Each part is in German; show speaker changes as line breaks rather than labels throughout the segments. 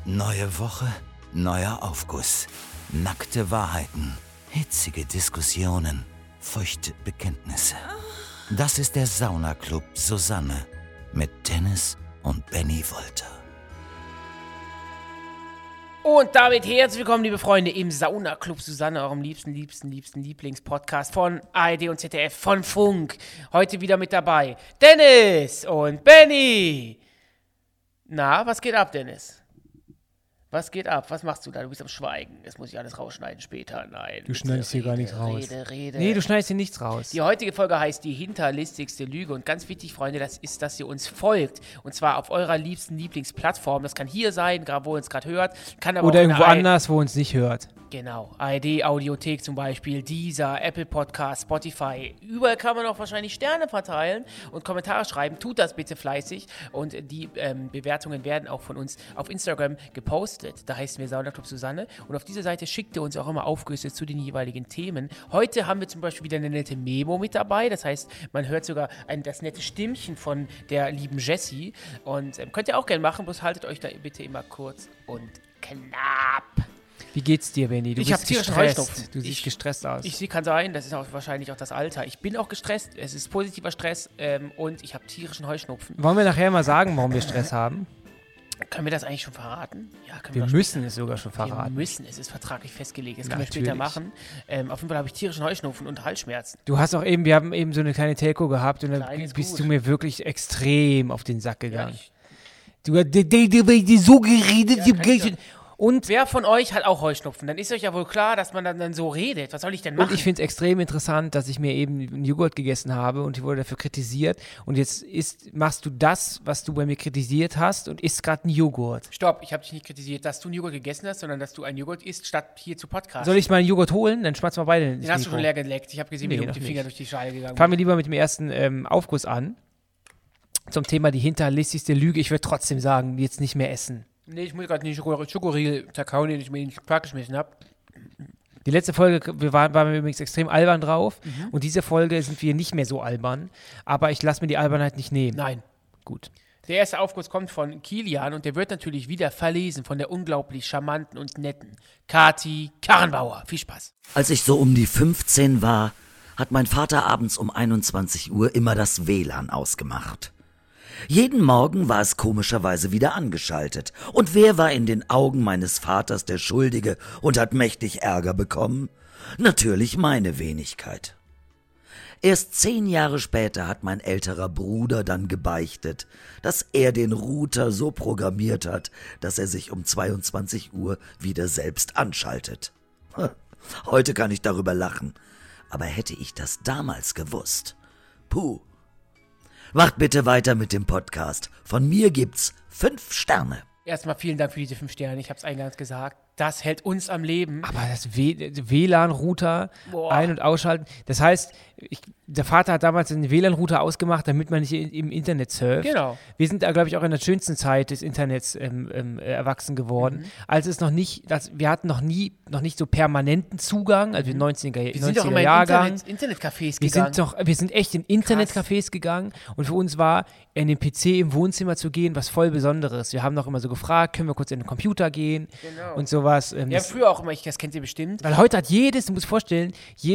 Neue Woche, neuer Aufguss. Nackte Wahrheiten, hitzige Diskussionen, feuchte Bekenntnisse. Das ist der Saunaclub Susanne mit Dennis und Benny Wolter.
Und damit herzlich willkommen, liebe Freunde, im Saunaclub Susanne, eurem liebsten Lieblingspodcast von ARD und ZDF, von Funk. Heute wieder mit dabei Dennis und Benny. Na, was geht ab, Dennis? Was geht ab? Was machst du da? Du bist am Schweigen. Das muss ich alles rausschneiden später. Nein.
Du schneidest hier gar nichts raus.
Rede.
Nee, du schneidest hier nichts raus.
Die heutige Folge heißt die hinterlistigste Lüge. Und ganz wichtig, Freunde, das ist, dass ihr uns folgt. Und zwar auf eurer liebsten Lieblingsplattform. Das kann hier sein, gerade wo ihr uns gerade hört. Kann aber
oder
auch
irgendwo anders, wo ihr uns nicht hört.
Genau, ARD Audiothek zum Beispiel, Deezer, Apple Podcast, Spotify. Überall kann man auch wahrscheinlich Sterne verteilen und Kommentare schreiben. Tut das bitte fleißig. Und die Bewertungen werden auch von uns auf Instagram gepostet. Da heißen wir Saunaclub Susanne. Und auf dieser Seite schickt ihr uns auch immer Aufgüsse zu den jeweiligen Themen. Heute haben wir zum Beispiel wieder eine nette Memo mit dabei. Das heißt, man hört sogar das nette Stimmchen von der lieben Jessie. Und könnt ihr auch gerne machen, bloß haltet euch da bitte immer kurz und knapp.
Wie geht's dir, Benny?
Ich habe tierischen Heuschnupfen.
Du siehst gestresst aus.
Kann sein, das ist auch wahrscheinlich auch das Alter. Ich bin auch gestresst, es ist positiver Stress und ich habe tierischen Heuschnupfen.
Wollen wir nachher mal sagen, warum wir Stress haben?
Können wir das eigentlich schon verraten? Ja, können
wir
wir
müssen es sogar schon verraten.
Wir müssen, es ist vertraglich festgelegt. Das können wir später machen. Auf jeden Fall habe ich tierischen Heuschnupfen und Halsschmerzen.
Wir haben eben so eine kleine Telco gehabt und da bist du mir wirklich extrem auf den Sack gegangen. Ja, du hast so geredet. Ja, und
wer von euch hat auch Heuschnupfen? Dann ist euch ja wohl klar, dass man dann so redet. Was soll ich denn machen?
Und ich finde es extrem interessant, dass ich mir eben einen Joghurt gegessen habe und ich wurde dafür kritisiert. Und jetzt machst du das, was du bei mir kritisiert hast und isst gerade einen Joghurt.
Stopp, ich habe dich nicht kritisiert, dass du einen Joghurt gegessen hast, sondern dass du einen Joghurt isst, statt hier zu podcasten.
Soll ich mal einen Joghurt holen? Dann schmatzen wir beide.
Den hast du schon leer geleckt. Ich habe gesehen, wie du mit den Fingern durch die Schale gegangen bist.
Fangen wir lieber mit dem ersten Aufguss an. Zum Thema die hinterlistigste Lüge. Ich würde trotzdem sagen, jetzt nicht mehr essen.
Nee, ich muss gerade den Schokoriegel zerkauen, den ich mir in den Quark geschmissen habe.
Die letzte Folge waren wir übrigens extrem albern drauf. Und diese Folge sind wir nicht mehr so albern. Aber ich lasse mir die Albernheit nicht nehmen.
Nein.
Gut.
Der erste Aufguss kommt von Kilian und der wird natürlich wieder verlesen von der unglaublich charmanten und netten Kati Karrenbauer. Viel Spaß.
Als ich so um die 15 war, hat mein Vater abends um 21 Uhr immer das WLAN ausgemacht. Jeden Morgen war es komischerweise wieder angeschaltet. Und wer war in den Augen meines Vaters der Schuldige und hat mächtig Ärger bekommen? Natürlich meine Wenigkeit. Erst 10 Jahre später hat mein älterer Bruder dann gebeichtet, dass er den Router so programmiert hat, dass er sich um 22 Uhr wieder selbst anschaltet. Heute kann ich darüber lachen, aber hätte ich das damals gewusst. Puh. Macht bitte weiter mit dem Podcast. Von mir gibt's 5 Sterne.
Erstmal vielen Dank für diese 5 Sterne. Ich habe es eingangs gesagt. Das hält uns am Leben.
Aber das WLAN-Router ein- und ausschalten. Das heißt, der Vater hat damals einen WLAN-Router ausgemacht, damit man nicht im Internet surft.
Genau.
Wir sind da, glaube ich, auch in der schönsten Zeit des Internets erwachsen geworden. Als es wir hatten noch nicht so permanenten Zugang, also 90er Jahrgang.
Wir sind doch immer in Internetcafés gegangen.
Wir sind echt in Internetcafés gegangen und für uns war in den PC im Wohnzimmer zu gehen was voll Besonderes. Wir haben noch immer so gefragt, können wir kurz in den Computer gehen und sowas.
Ja, früher auch immer, das kennt ihr bestimmt.
Weil heute hat du musst dir vorstellen,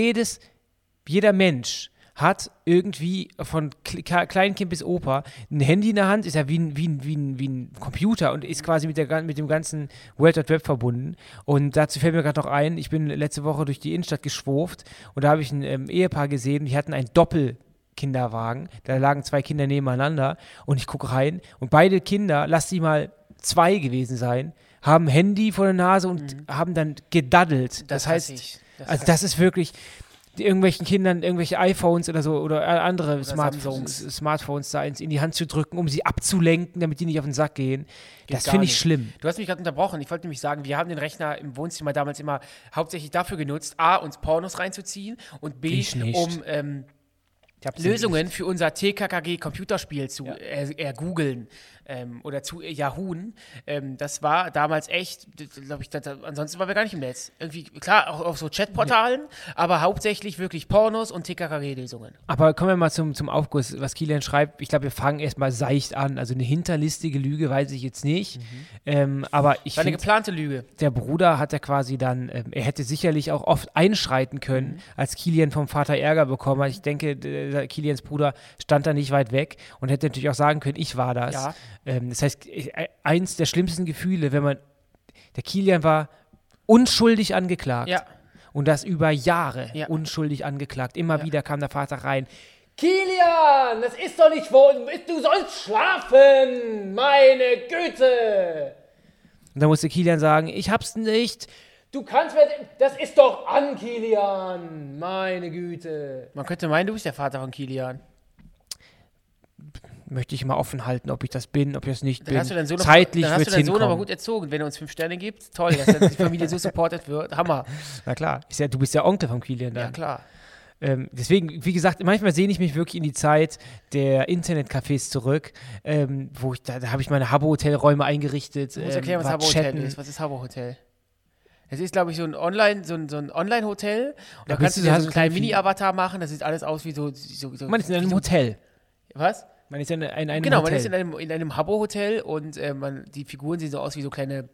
jeder Mensch hat irgendwie von Kleinkind bis Opa ein Handy in der Hand, ist ja wie ein Computer und ist quasi mit dem ganzen World Wide Web verbunden. Und dazu fällt mir gerade noch ein, ich bin letzte Woche durch die Innenstadt geschwurft und da habe ich ein Ehepaar gesehen, die hatten einen Doppelkinderwagen, da lagen 2 Kinder nebeneinander und ich gucke rein und beide Kinder, lass sie mal 2 gewesen sein, haben Handy vor der Nase und haben dann gedaddelt. Das heißt, das ist wirklich irgendwelchen Kindern irgendwelche iPhones oder so oder andere Smartphones da in die Hand zu drücken, um sie abzulenken, damit die nicht auf den Sack gehen. Das finde ich schlimm.
Du hast mich gerade unterbrochen. Ich wollte nämlich sagen, wir haben den Rechner im Wohnzimmer damals immer hauptsächlich dafür genutzt, A, uns Pornos reinzuziehen und B, um Lösungen für unser TKKG-Computerspiel zu ergoogeln. oder zu Yahoo. Das war damals echt, glaube ich, ansonsten waren wir gar nicht im Netz. Irgendwie, klar, auch auf so Chatportalen, aber hauptsächlich wirklich Pornos und TKKG-Lesungen.
Aber kommen wir mal zum Aufguss, was Kilian schreibt. Ich glaube, wir fangen erstmal seicht an. Also eine hinterlistige Lüge weiß ich jetzt nicht. Aber ich
War eine
finde,
geplante Lüge.
der Bruder hat ja quasi dann, er hätte sicherlich auch oft einschreiten können, als Kilian vom Vater Ärger bekommen hat. Ich denke, Kilians Bruder stand da nicht weit weg und hätte natürlich auch sagen können, ich war das.
Ja.
Das heißt, eins der schlimmsten Gefühle, der Kilian war unschuldig angeklagt.
Ja.
Und das über Jahre unschuldig angeklagt. Immer wieder kam der Vater rein. Kilian, das ist doch nicht wohl, du sollst schlafen, meine Güte. Und dann musste Kilian sagen, ich hab's nicht. Du kannst mir, das ist doch an, Kilian, meine Güte.
Man könnte meinen, du bist der Vater von Kilian.
Möchte ich mal offen halten, ob ich das bin, ob ich das nicht
Dann
bin.
hast du deinen Sohn
Zeitlich
dann hast
wird's
du deinen Sohn aber
hinkommen.
gut erzogen. Wenn er uns 5 Sterne gibt, toll, dass dann die Familie so supportet wird. Hammer.
Na klar, du bist ja Onkel von Kilian dann.
Ja, klar.
Deswegen, wie gesagt, manchmal sehne ich mich wirklich in die Zeit der Internetcafés zurück, wo da habe ich meine Habbo-Hotelräume eingerichtet.
Du musst erklären, was
war
Habbo-Hotel
chatten.
ist. Was ist Habbo-Hotel? Es ist, glaube ich, so ein Online-Hotel. Und da
Da
kannst
bist
du
du-
dir
hast
so
du
einen kleinen
viel-
Mini-Avatar machen. Das sieht alles aus wie so
Man ist in einem
wie so-
Hotel.
Was?
Man ist ja in einem
Genau,
Hotel.
man ist in einem Habbo-Hotel und die Figuren sehen so aus wie so kleine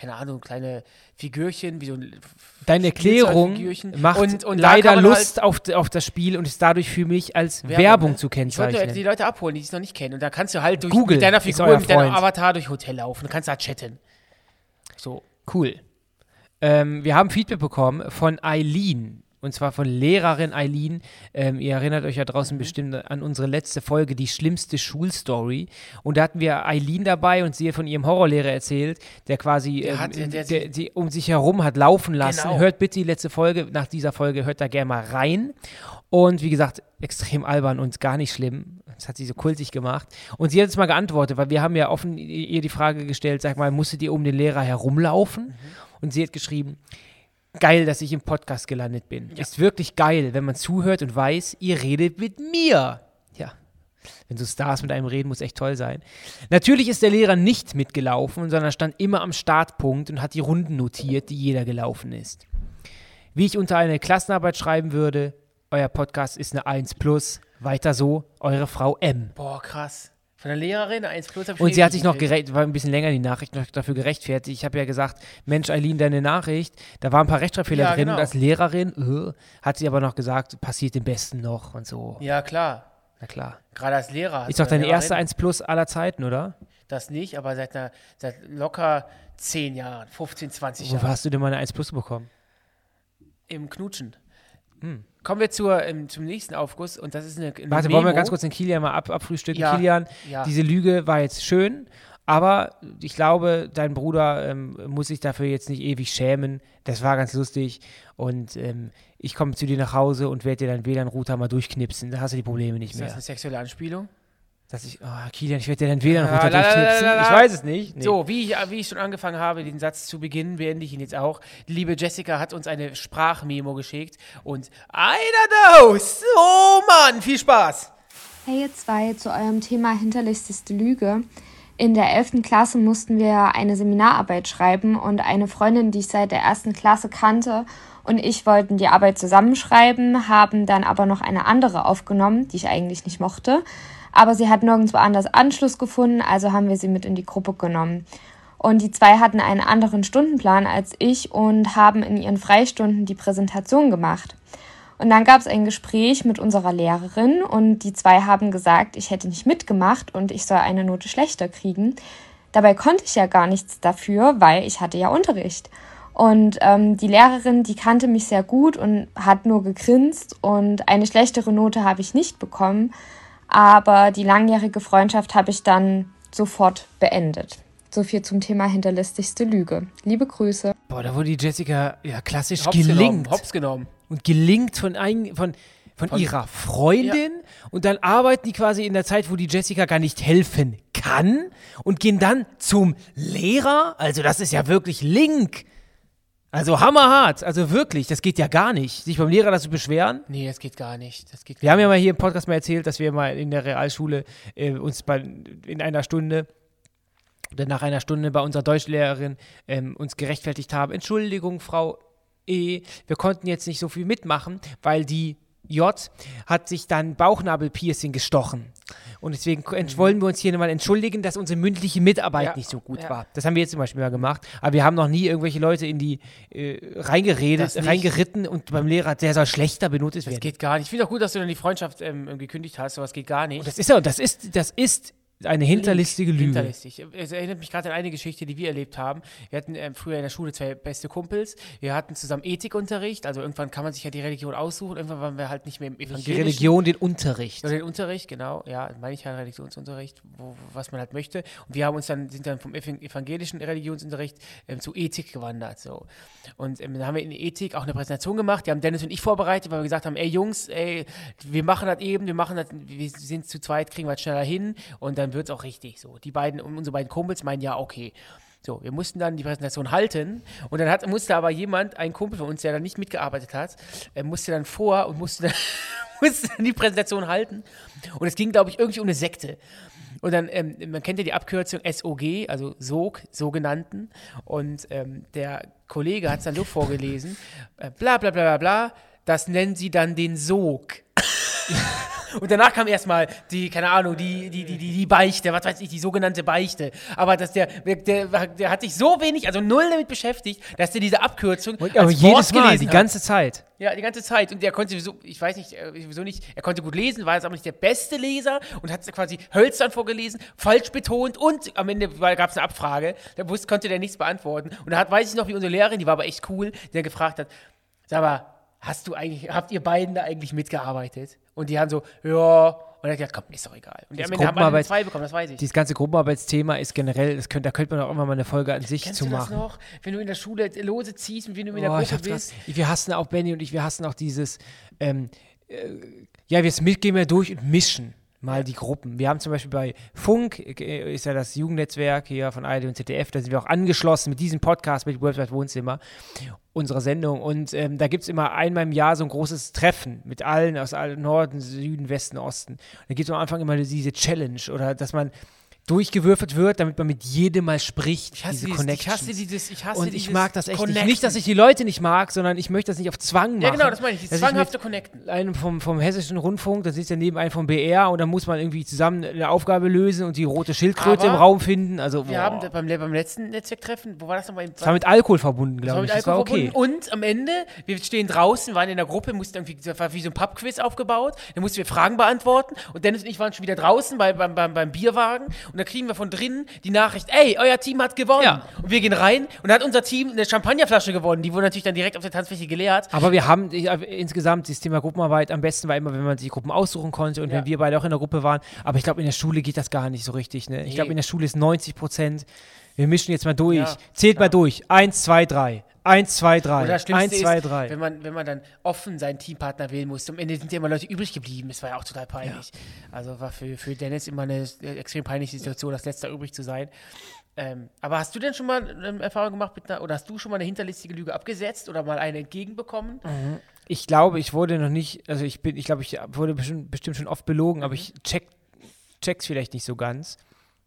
Figürchen, wie so ein
Deine Erklärung
Spielzeugfigürchen.
macht
Und da
leider
kann man
Lust auf das Spiel und ist dadurch für mich als Werbung
ne?
zu
Ich wollte
kennzeichnen.
die Leute abholen, die es noch nicht kennen. Und dann kannst du halt
Google
mit deiner
ist
Figur,
euer
mit deinem
Freund.
Avatar durch Hotel laufen. Du kannst da chatten. So.
Cool. Wir haben Feedback bekommen von Eileen. Und zwar von Lehrerin Eileen. Ihr erinnert euch ja draußen bestimmt an unsere letzte Folge, die schlimmste Schulstory. Und da hatten wir Eileen dabei und sie hat von ihrem Horrorlehrer erzählt, der quasi die um sich herum hat laufen lassen.
Genau.
Hört bitte die letzte Folge. Nach dieser Folge hört da gerne mal rein. Und wie gesagt, extrem albern und gar nicht schlimm. Das hat sie so kultig gemacht. Und sie hat jetzt mal geantwortet, weil wir haben ja offen ihr die Frage gestellt, sag mal, musstet ihr um den Lehrer herumlaufen? Und sie hat geschrieben, geil, dass ich im Podcast gelandet bin.
Ja.
Ist wirklich geil, wenn man zuhört und weiß, ihr redet mit mir. Ja, wenn so Stars mit einem reden, muss echt toll sein. Natürlich ist der Lehrer nicht mitgelaufen, sondern stand immer am Startpunkt und hat die Runden notiert, die jeder gelaufen ist. Wie ich unter eine Klassenarbeit schreiben würde, euer Podcast ist eine 1+, weiter so, eure Frau M.
Boah, krass. Von der Lehrerin 1+. hab ich
Und sie hat
richtig
sich noch
gekriegt.
war ein bisschen länger die Nachricht noch dafür gerechtfertigt. Ich habe ja gesagt, Mensch, Eileen, deine Nachricht, da waren ein paar Rechtschreibfehler
Ja,
drin
genau.
und als Lehrerin hat sie aber noch gesagt, passiert dem Besten noch und so.
Ja, klar.
Na klar.
Gerade als Lehrer.
Ist doch deine
Lehrerin,
erste 1+ aller Zeiten, oder?
Das nicht, aber seit locker 10 Jahren, 15, 20
Wo
Jahren.
hast du denn mal eine 1+ bekommen?
Im Knutschen. Kommen wir zum nächsten Aufguss und das ist eine
Warte,
Memo.
wollen wir ganz kurz den Kilian mal abfrühstücken?
Ja,
Kilian,
ja.
diese Lüge war jetzt schön, aber ich glaube, dein Bruder muss sich dafür jetzt nicht ewig schämen. Das war ganz lustig und ich komme zu dir nach Hause und werde dir deinen WLAN-Router mal durchknipsen. Da hast du die Probleme nicht
Ist das
mehr.
eine sexuelle Anspielung?
Kilian, ich werde dir deinen WLAN-Router
Ja,
durchknipsen. Ich weiß es nicht. Nee.
So, wie ich schon angefangen habe, den Satz zu beginnen, beende ich ihn jetzt auch. Die liebe Jessica hat uns eine Sprachmemo geschickt und einer Dose. Oh Mann, viel Spaß.
Hey ihr zwei, zu eurem Thema hinterlistigste Lüge. In der 11. Klasse mussten wir eine Seminararbeit schreiben und eine Freundin, die ich seit der 1. Klasse kannte, und ich wollten die Arbeit zusammenschreiben, haben dann aber noch eine andere aufgenommen, die ich eigentlich nicht mochte. Aber sie hat nirgendwo anders Anschluss gefunden, also haben wir sie mit in die Gruppe genommen. Und die zwei hatten einen anderen Stundenplan als ich und haben in ihren Freistunden die Präsentation gemacht. Und dann gab es ein Gespräch mit unserer Lehrerin und die zwei haben gesagt, ich hätte nicht mitgemacht und ich soll eine Note schlechter kriegen. Dabei konnte ich ja gar nichts dafür, weil ich hatte ja Unterricht. Und die Lehrerin, die kannte mich sehr gut und hat nur gegrinst und eine schlechtere Note habe ich nicht bekommen. Aber die langjährige Freundschaft habe ich dann sofort beendet. So viel zum Thema hinterlistigste Lüge. Liebe Grüße.
Boah, da wurde die Jessica ja klassisch
Hops
gelingt.
genommen.
Und gelingt von ihrer Freundin und dann arbeiten die quasi in der Zeit, wo die Jessica gar nicht helfen kann und gehen dann zum Lehrer. Also das ist ja wirklich Link. Also hammerhart. Also wirklich, das geht ja gar nicht. Sich beim Lehrer dazu beschweren.
Nee, das geht gar nicht.
Wir haben ja mal hier im Podcast mal erzählt, dass wir mal in der Realschule uns in einer Stunde dann nach einer Stunde bei unserer Deutschlehrerin uns gerechtfertigt haben, Entschuldigung, Frau E., wir konnten jetzt nicht so viel mitmachen, weil die J hat sich dann Bauchnabelpiercing gestochen. Und deswegen wollen wir uns hier nochmal entschuldigen, dass unsere mündliche Mitarbeit nicht so gut war. Das haben wir jetzt zum Beispiel mal gemacht. Aber wir haben noch nie irgendwelche Leute in die reingeritten und beim Lehrer, der soll schlechter benotet werden.
Das geht gar nicht. Ich finde auch gut, dass du dann die Freundschaft gekündigt hast, aber es geht gar nicht.
Und das ist eine hinterlistige Lüge.
Hinterlistig. Es erinnert mich gerade an eine Geschichte, die wir erlebt haben. Wir hatten früher in der Schule 2 beste Kumpels. Wir hatten zusammen Ethikunterricht. Also irgendwann kann man sich ja die Religion aussuchen. Irgendwann waren wir halt nicht mehr im evangelischen.
Die Religion, den Unterricht.
Oder den Unterricht, genau. Ja, meine ich halt Religionsunterricht, was man halt möchte. Und wir sind dann vom evangelischen Religionsunterricht zu Ethik gewandert. So. Und dann haben wir in Ethik auch eine Präsentation gemacht. Die haben Dennis und ich vorbereitet, weil wir gesagt haben, ey Jungs, wir machen das eben, wir sind zu zweit, kriegen wir das schneller hin. Und dann wird es auch richtig so. Unsere beiden Kumpels meinen, ja, okay. So, wir mussten dann die Präsentation halten und dann musste aber ein Kumpel von uns, der dann nicht mitgearbeitet hat, musste dann vor und musste dann die Präsentation halten und es ging, glaube ich, irgendwie um eine Sekte. Und dann, man kennt ja die Abkürzung SOG, also SOG, sogenannten, und der Kollege hat es dann so vorgelesen, bla bla bla bla bla, das nennen sie dann den Sog. Und danach kam erstmal die Beichte, was weiß ich, die sogenannte Beichte. Aber der hat sich so wenig, also null damit beschäftigt, dass der diese Abkürzung
aber jedes Mal, die ganze Zeit.
Ja, die ganze Zeit. Und der konnte sowieso, ich weiß nicht, sowieso nicht, er konnte gut lesen, war jetzt aber nicht der beste Leser und hat quasi hölzern vorgelesen, falsch betont und am Ende gab es eine Abfrage, konnte der nichts beantworten. Und da weiß ich noch, wie unsere Lehrerin, die war aber echt cool, der gefragt hat, sag mal, habt ihr beiden da eigentlich mitgearbeitet? Und die haben so, ja. Und er hat gesagt, komm, ist doch egal. Und am Ende haben alle 2 bekommen, das weiß ich.
Dieses ganze Gruppenarbeitsthema ist generell, da könnte man auch immer mal eine Folge an sich
Kennst
zu
du das
machen.
noch? Wenn du in der Schule Lose ziehst und wenn du in der Gruppe bist.
Wir hassen auch, Benny und ich, wir hassen auch dieses, gehen wir durch und mischen mal die Gruppen. Wir haben zum Beispiel bei Funk, ist ja das Jugendnetzwerk hier von ARD und ZDF, da sind wir auch angeschlossen mit diesem Podcast, mit Worldwide Wohnzimmer, unserer Sendung. Und da gibt es immer einmal im Jahr so ein großes Treffen mit allen aus allen Norden, Süden, Westen, Osten. Und da gibt es am Anfang immer diese Challenge oder dass man durchgewürfelt wird, damit man mit jedem mal spricht, diese Connections. Ich mag das echt nicht. Nicht, dass ich die Leute nicht mag, sondern ich möchte das nicht auf Zwang machen.
Ja, genau, das meine ich, dieses zwanghafte Connecten.
Einen vom Hessischen Rundfunk, da sitzt ja neben einem vom BR und da muss man irgendwie zusammen eine Aufgabe lösen und die rote Schildkröte im Raum finden. Also,
wir haben beim letzten Netzwerktreffen, wo war das nochmal?
Das war mit Alkohol verbunden, glaube ich.
Das war okay. Und am Ende, wir stehen draußen, waren in der Gruppe, das war wie so ein Pubquiz aufgebaut, da mussten wir Fragen beantworten und Dennis und ich waren schon wieder draußen beim Bierwagen. Und da kriegen wir von drinnen die Nachricht, ey, euer Team hat gewonnen. Ja. Und wir gehen rein und da hat unser Team eine Champagnerflasche gewonnen. Die wurde natürlich dann direkt auf der Tanzfläche geleert.
Aber wir haben insgesamt das Thema Gruppenarbeit, am besten war immer, wenn man sich Gruppen aussuchen konnte und wenn wir beide auch in der Gruppe waren. Aber ich glaube, in der Schule geht das gar nicht so richtig. Ne? Ich glaube, in der Schule ist 90%. Wir mischen jetzt mal durch. Ja, zählt mal durch. 1, 2, 3. 1, 2, 3.
Oder das Schlimmste
1, 2, 3.
Wenn man dann offen seinen Teampartner wählen musste. Am Ende sind ja immer Leute übrig geblieben. Das war ja auch total peinlich. Ja. Also war für Dennis immer eine extrem peinliche Situation, als letzter übrig zu sein. Aber hast du denn schon mal Erfahrung gemacht oder hast du schon mal eine hinterlistige Lüge abgesetzt oder mal eine entgegenbekommen?
Mhm. Ich glaube, ich wurde noch nicht, also ich wurde bestimmt schon oft belogen, aber ich check's vielleicht nicht so ganz.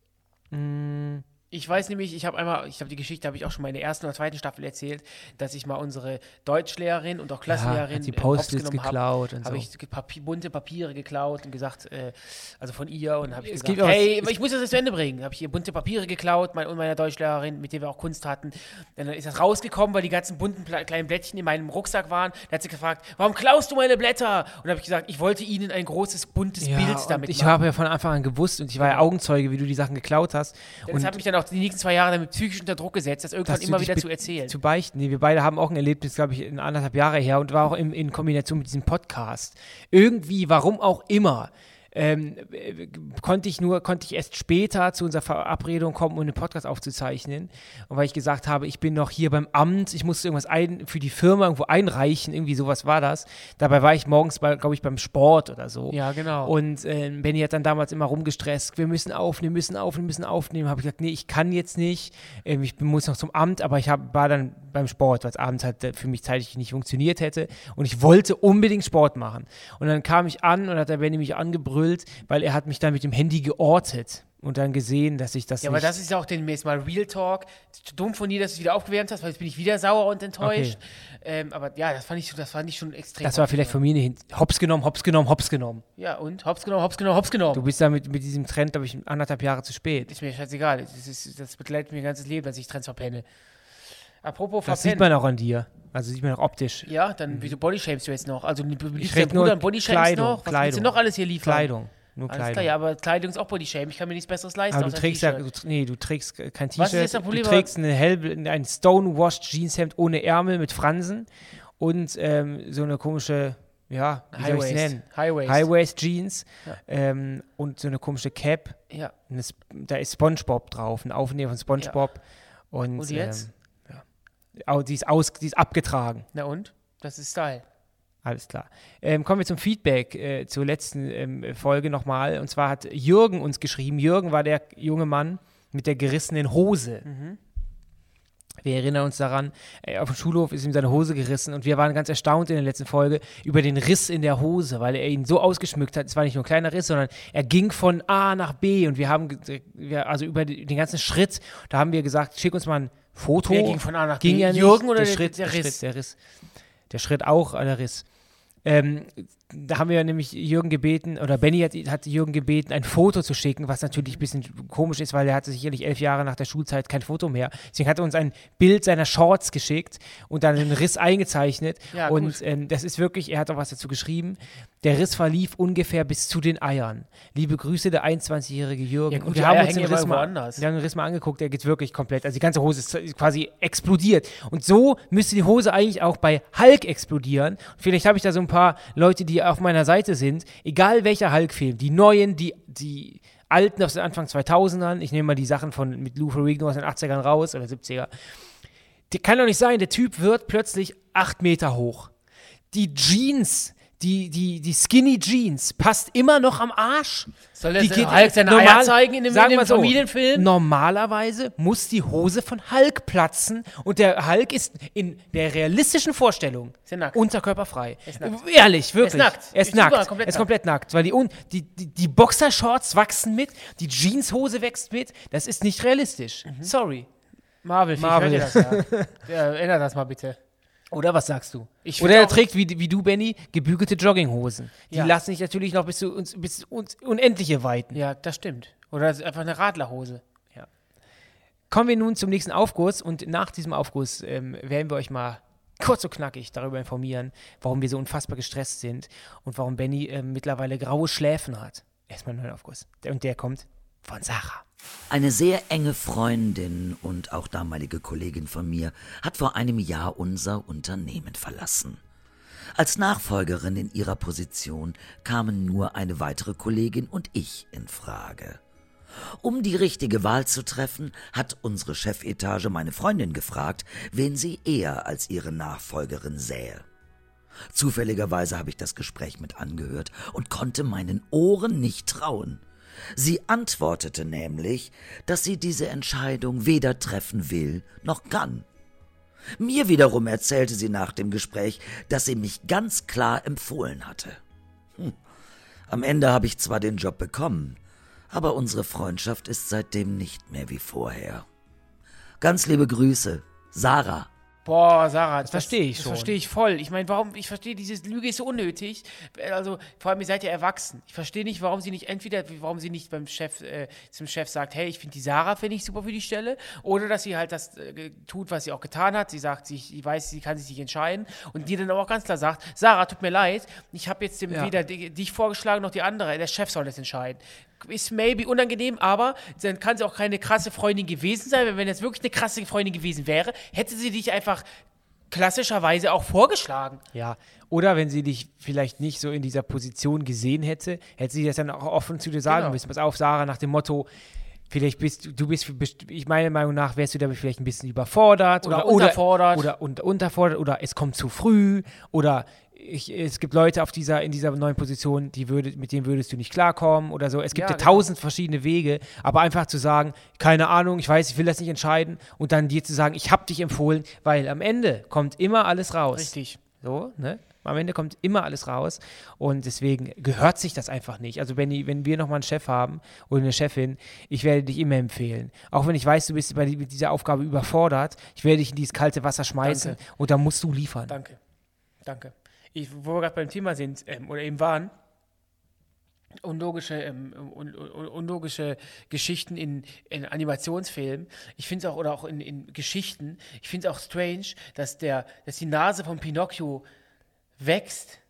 Ich weiß nämlich, ich glaube, die Geschichte habe ich auch schon mal in der ersten oder zweiten Staffel erzählt, dass ich mal unsere Deutschlehrerin und auch Klassenlehrerin
die Post-its geklaut und so.
Habe ich bunte Papiere geklaut und gesagt, also von ihr und habe ich gesagt, hey, ich muss das jetzt zu Ende bringen. Habe ich ihr bunte Papiere geklaut und meiner Deutschlehrerin, mit der wir auch Kunst hatten. Dann ist das rausgekommen, weil die ganzen bunten kleinen Blättchen in meinem Rucksack waren. Da hat sie gefragt, warum klaust du meine Blätter? Und da habe ich gesagt, ich wollte ihnen ein großes, buntes Bild damit machen.
Ich habe ja von Anfang an gewusst und ich war ja Augenzeuge, wie du die Sachen geklaut hast.
Das hat mich dann auch die nächsten 2 Jahre damit psychisch unter Druck gesetzt, das irgendwann immer wieder zu erzählen.
Zu beichten. Nee, wir beide haben auch ein Erlebnis, glaube ich, in 1,5 Jahre her und war auch in Kombination mit diesem Podcast. Irgendwie, warum auch immer, konnte ich erst später zu unserer Verabredung kommen, um einen Podcast aufzuzeichnen. Und weil ich gesagt habe, ich bin noch hier beim Amt, ich musste irgendwas für die Firma irgendwo einreichen, irgendwie sowas war das. Dabei war ich morgens, glaube ich, beim Sport oder so.
Ja, genau.
Und Benny hat dann damals immer rumgestresst, wir müssen aufnehmen. Habe ich gesagt, nee, ich kann jetzt nicht, ich muss noch zum Amt, aber war dann beim Sport, weil es abends halt für mich zeitlich nicht funktioniert hätte. Und ich wollte unbedingt Sport machen. Und dann kam ich an und hat der Benny mich angebrüllt, weil er hat mich dann mit dem Handy geortet. und dann gesehen, dass ich das
Ja,
nicht...
aber das ist ja auch jetzt mal Real Talk. Dumm von dir, dass du es wieder aufgewärmt hast, weil jetzt bin ich wieder sauer und enttäuscht. Aber ja, das fand ich schon extrem.
Das war vielleicht von mir nicht hops genommen.
Ja, und? Hops genommen.
Du bist da mit diesem Trend, glaube ich, 1,5 Jahre zu spät.
Ist mir scheißegal. Das begleitet mir mein ganzes Leben, dass ich Trends verpenne. Apropos
Das
verpennen.
sieht man auch an dir. Also sieht man auch optisch.
Ja, dann wieso bodyshamest du jetzt noch? Also
Ich rede nur Kleidung.
Was willst du noch alles hier liefern?
Kleidung. Nur
Alles
Kleidung.
klar, ja, aber Kleidung ist auch Bodyshaming. Ich kann mir nichts Besseres leisten.
Aber
als
du
ein
trägst ja,
T-Shirt.
du trägst kein
Was ist
T-Shirt,
jetzt das Problem?
du trägst ein Stonewashed Jeanshemd ohne Ärmel mit Fransen und so eine komische, ja, wie soll ich es nennen? High-Waist Jeans und so eine komische Cap.
Ja.
Da ist SpongeBob drauf, ein Aufnäher von SpongeBob. Und
jetzt?
Die ist abgetragen.
Na und? Das ist Style.
Alles klar. Kommen wir zum Feedback zur letzten Folge nochmal. Und zwar hat Jürgen uns geschrieben. Jürgen war der junge Mann mit der gerissenen Hose. Wir erinnern uns daran, auf dem Schulhof ist ihm seine Hose gerissen und wir waren ganz erstaunt in der letzten Folge über den Riss in der Hose, weil er ihn so ausgeschmückt hat. Es war nicht nur ein kleiner Riss, sondern er ging von A nach B und wir haben also über den ganzen Schritt, da haben wir gesagt, schick uns mal ein Foto.
Wer ging von A nach B?
Ging ja nicht.
Jürgen oder
der Riss? Der Schritt auch, der Riss. Da haben wir nämlich Jürgen gebeten, oder Benny hat Jürgen gebeten, ein Foto zu schicken, was natürlich ein bisschen komisch ist, weil er hatte sicherlich 11 Jahre nach der Schulzeit kein Foto mehr. Deswegen hat er uns ein Bild seiner Shorts geschickt und dann einen Riss eingezeichnet. Ja, und das ist wirklich, er hat auch was dazu geschrieben, der Riss verlief ungefähr bis zu den Eiern. Liebe Grüße, der 21-jährige Jürgen.
Ja gut,
und wir haben uns
den Riss mal
angeguckt, der geht wirklich komplett, also die ganze Hose ist quasi explodiert. Und so müsste die Hose eigentlich auch bei Hulk explodieren. Und vielleicht habe ich da so ein paar Leute, die auf meiner Seite sind, egal welcher Hulk-Film, die neuen, die alten aus den Anfang 2000ern, ich nehme mal die Sachen mit Lou Ferrigno aus den 80ern raus, oder 70er, kann doch nicht sein, der Typ wird plötzlich 8 Meter hoch. Die Jeans, die Skinny Jeans, passt immer noch am Arsch.
Soll er Hulk seine Eier zeigen in dem Familienfilm?
Normalerweise muss die Hose von Hulk platzen und der Hulk ist in der realistischen Vorstellung unterkörperfrei. Ehrlich, wirklich. Er ist nackt. Er ist komplett nackt. Weil die Boxershorts wachsen mit, die Jeanshose wächst mit. Das ist nicht realistisch. Sorry.
Marvel. Das ja. Ändert das mal bitte.
Oder was sagst du? Oder er trägt, wie du, Benny, gebügelte Jogginghosen. Die lassen sich natürlich noch bis Unendliche weiten.
Ja, das stimmt. Oder einfach eine Radlerhose.
Ja. Kommen wir nun zum nächsten Aufguss. Und nach diesem Aufguss werden wir euch mal kurz und knackig darüber informieren, warum wir so unfassbar gestresst sind und warum Benny mittlerweile graue Schläfen hat. Erstmal einen neuen Aufguss. Und der kommt von Sarah.
Eine sehr enge Freundin und auch damalige Kollegin von mir hat vor einem Jahr unser Unternehmen verlassen. Als Nachfolgerin in ihrer Position kamen nur eine weitere Kollegin und ich in Frage. Um die richtige Wahl zu treffen, hat unsere Chefetage meine Freundin gefragt, wen sie eher als ihre Nachfolgerin sähe. Zufälligerweise habe ich das Gespräch mit angehört und konnte meinen Ohren nicht trauen. Sie antwortete nämlich, dass sie diese Entscheidung weder treffen will noch kann. Mir wiederum erzählte sie nach dem Gespräch, dass sie mich ganz klar empfohlen hatte. Am Ende habe ich zwar den Job bekommen, aber unsere Freundschaft ist seitdem nicht mehr wie vorher. Ganz liebe Grüße, Sarah.
Boah, Sarah,
das verstehe ich schon.
Das verstehe ich voll. Ich meine, ich verstehe, diese Lüge ist so unnötig. Also, vor allem, ihr seid ja erwachsen. Ich verstehe nicht, warum sie nicht zum Chef sagt, hey, ich finde die Sarah, super für die Stelle. Oder dass sie halt das tut, was sie auch getan hat. Sie sagt, sie weiß, sie kann sich nicht entscheiden. Und die dann auch ganz klar sagt, Sarah, tut mir leid, ich habe jetzt weder dich vorgeschlagen noch die andere. Der Chef soll das entscheiden. Ist maybe unangenehm, aber dann kann sie auch keine krasse Freundin gewesen sein, weil wenn das wirklich eine krasse Freundin gewesen wäre, hätte sie dich einfach klassischerweise auch vorgeschlagen.
Ja, oder wenn sie dich vielleicht nicht so in dieser Position gesehen hätte, hätte sie das dann auch offen zu dir sagen müssen. Pass auf, Sarah, nach dem Motto, vielleicht ich meiner Meinung nach wärst du damit vielleicht ein bisschen überfordert
oder unterfordert
oder es kommt zu früh oder es gibt Leute in dieser neuen Position, mit denen würdest du nicht klarkommen oder so. Es gibt ja 1000 verschiedene Wege, aber einfach zu sagen, keine Ahnung, ich will das nicht entscheiden und dann dir zu sagen, ich habe dich empfohlen, weil am Ende kommt immer alles raus.
Richtig.
So, ne? Am Ende kommt immer alles raus und deswegen gehört sich das einfach nicht. Also wenn wir nochmal einen Chef haben oder eine Chefin, ich werde dich immer empfehlen. Auch wenn ich weiß, du bist mit dieser Aufgabe überfordert, ich werde dich in dieses kalte Wasser schmeißen und da musst du liefern.
Danke. Wo wir gerade beim Thema sind oder eben waren, unlogische Geschichten in Animationsfilmen. Ich finde es auch, oder auch in Geschichten, ich finde es auch strange, dass die Nase von Pinocchio wächst.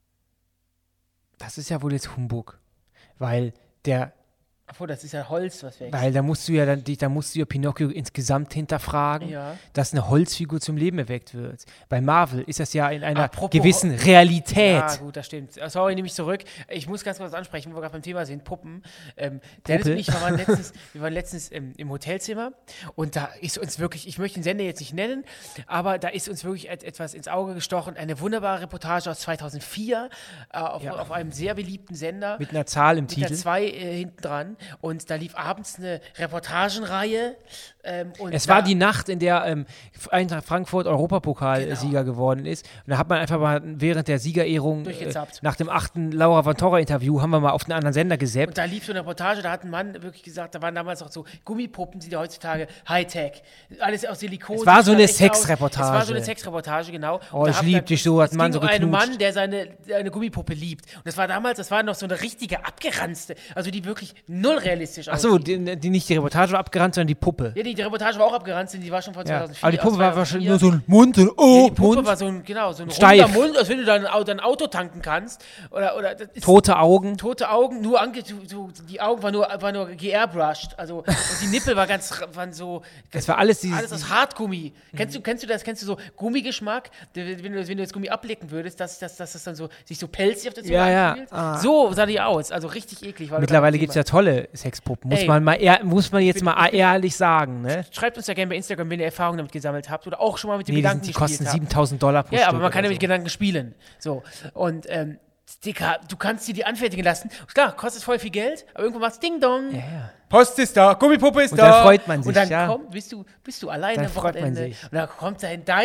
Das ist ja wohl jetzt Humbug, weil
Obwohl, das ist ja Holz, was wächst.
Weil da musst du ja Pinocchio insgesamt hinterfragen, dass eine Holzfigur zum Leben erweckt wird. Bei Marvel ist das ja in einer gewissen Realität.
Ja, gut, das stimmt. Sorry, nehme ich zurück. Ich muss ganz kurz ansprechen, wo wir gerade beim Thema sind, Puppen. Dennis und ich, wir waren letztens im Hotelzimmer und da ist uns wirklich, ich möchte den Sender jetzt nicht nennen, aber da ist uns wirklich etwas ins Auge gestochen. Eine wunderbare Reportage aus 2004 auf einem sehr beliebten Sender.
Mit einer Zahl im Titel.
Mit der 2 hinten dran. Und da lief abends eine Reportagenreihe.
Es war die Nacht, in der Eintracht Frankfurt Europapokalsieger geworden ist. Und da hat man einfach mal während der Siegerehrung nach dem 8. Laura von Torra Interview haben wir mal auf einen anderen Sender gesäppt.
Und da lief so eine Reportage, da hat ein Mann wirklich gesagt, da waren damals auch so Gummipuppen, sind ja heutzutage Hightech. Alles aus Silikon.
Es war so eine Sexreportage.
Es war so eine Sexreportage, genau.
Oh, ich lieb dich so, hat ein Mann so geknutscht.
Ein Mann, der eine Gummipuppe liebt. Und das war noch so eine richtige abgeranzte, also die wirklich null realistisch aussieht.
Achso, die nicht die Reportage war abgeranzt, sondern die Puppe.
Ja, die Reportage war auch abgeranzt, die war schon von 2004.
Aber die Puppe war wahrscheinlich nur so ein Mund, die
Puppe war so ein runder Mund, als wenn du dein Auto tanken kannst. Oder
tote Augen,
nur die Augen waren nur geairbrushed. Also, und die Nippel waren so.
Das war alles
aus Hartgummi. Kennst du das? Kennst du so Gummigeschmack? Wenn du das Gummi ablecken würdest, dass das dann so sich so pelzig auf der Zunge anfühlt? So sah die aus. Also richtig eklig.
Mittlerweile gibt es ja tolle Sexpuppen. Muss man jetzt mal ehrlich sagen. Ne?
Schreibt uns ja gerne bei Instagram, wenn ihr Erfahrungen damit gesammelt habt oder auch schon mal mit den Gedanken gespielt habt.
Die kosten $7.000 pro Stück.
Ja, aber man kann ja mit Gedanken spielen. So. Und du kannst sie anfertigen lassen. Klar, kostet voll viel Geld, aber irgendwo macht's Ding Dong.
Ja.
Post ist da, Gummipuppe ist
da. Und dann freut man sich.
Und dann bist du alleine am Wochenende. Und dann kommt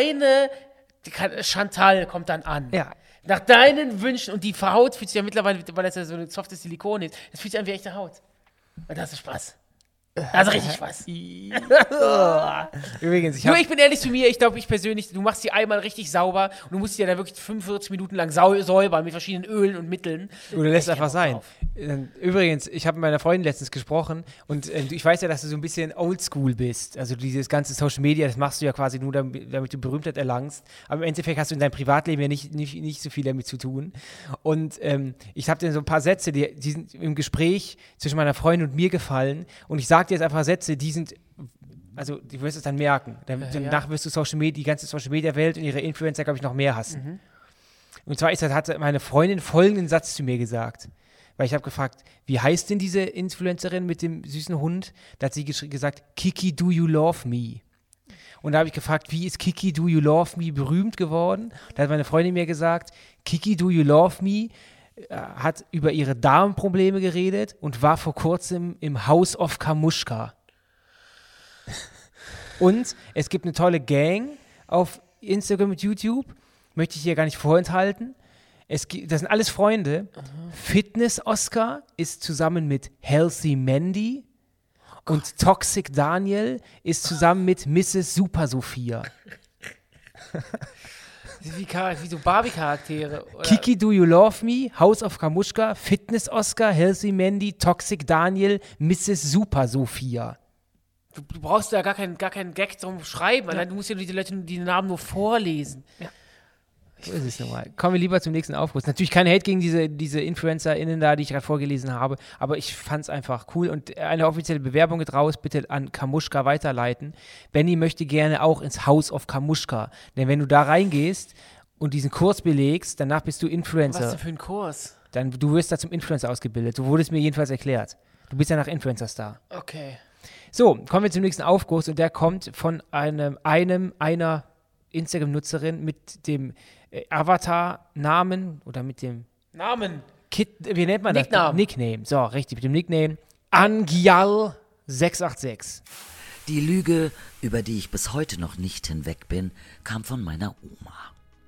Chantal kommt dann an.
Ja.
Nach deinen Wünschen. Und die Haut fühlt sich ja mittlerweile, weil das ja so ein softes Silikon ist, das fühlt sich an wie echte Haut. Und da hast du Spaß. Also richtig Spaß.
Übrigens,
ich bin ehrlich zu mir, ich glaube, ich persönlich, du machst sie einmal richtig sauber und du musst sie ja da wirklich 45 Minuten lang säubern mit verschiedenen Ölen und Mitteln.
Oder lässt einfach sein. Übrigens, ich habe mit meiner Freundin letztens gesprochen und ich weiß ja, dass du so ein bisschen oldschool bist. Also dieses ganze Social Media, das machst du ja quasi nur, damit du Berühmtheit erlangst. Aber im Endeffekt hast du in deinem Privatleben ja nicht so viel damit zu tun. Und ich habe dir so ein paar Sätze, die sind im Gespräch zwischen meiner Freundin und mir gefallen und ich sage dir jetzt einfach Sätze, die sind, also du wirst es dann merken. Danach wirst du die ganze Social-Media-Welt und ihre Influencer, glaube ich, noch mehr hassen. Mhm. Und zwar hat meine Freundin folgenden Satz zu mir gesagt. Weil ich habe gefragt, wie heißt denn diese Influencerin mit dem süßen Hund? Da hat sie gesagt, Kiki, do you love me? Und da habe ich gefragt, wie ist Kiki, do you love me berühmt geworden? Da hat meine Freundin mir gesagt, Kiki, do you love me hat über ihre Darmprobleme geredet und war vor kurzem im House of Kamushka. Und es gibt eine tolle Gang auf Instagram und YouTube, möchte ich hier gar nicht vorenthalten. Das sind alles Freunde. Fitness-Oscar ist zusammen mit Healthy Mandy und Toxic Daniel ist zusammen mit Mrs. Super Sophia.
Wie so Barbie-Charaktere.
Kiki, do you love me? House of Kamushka, Fitness-Oscar, Healthy Mandy, Toxic Daniel, Mrs. Super Sophia.
Du brauchst ja gar keinen Gag drum schreiben, ja. Du musst ja die Leute die Namen nur vorlesen. Ja.
So ist es nochmal. Kommen wir lieber zum nächsten Aufruf. Natürlich kein Hate gegen diese InfluencerInnen da, die ich gerade vorgelesen habe, aber ich fand es einfach cool und eine offizielle Bewerbung geht raus, bitte an Kamushka weiterleiten. Benny möchte gerne auch ins House of Kamushka, denn wenn du da reingehst und diesen Kurs belegst, danach bist du Influencer.
Was denn für ein Kurs?
Du wirst da zum Influencer ausgebildet, so wurde es mir jedenfalls erklärt. Du bist ja nach Influencer-Star.
Okay.
So, kommen wir zum nächsten Aufguss und der kommt von einer Instagram-Nutzerin mit dem Avatar-Namen oder mit dem
Namen.
Wie nennt man das?
Nickname.
So, richtig, mit dem Nickname Angial686.
Die Lüge, über die ich bis heute noch nicht hinweg bin, kam von meiner Oma.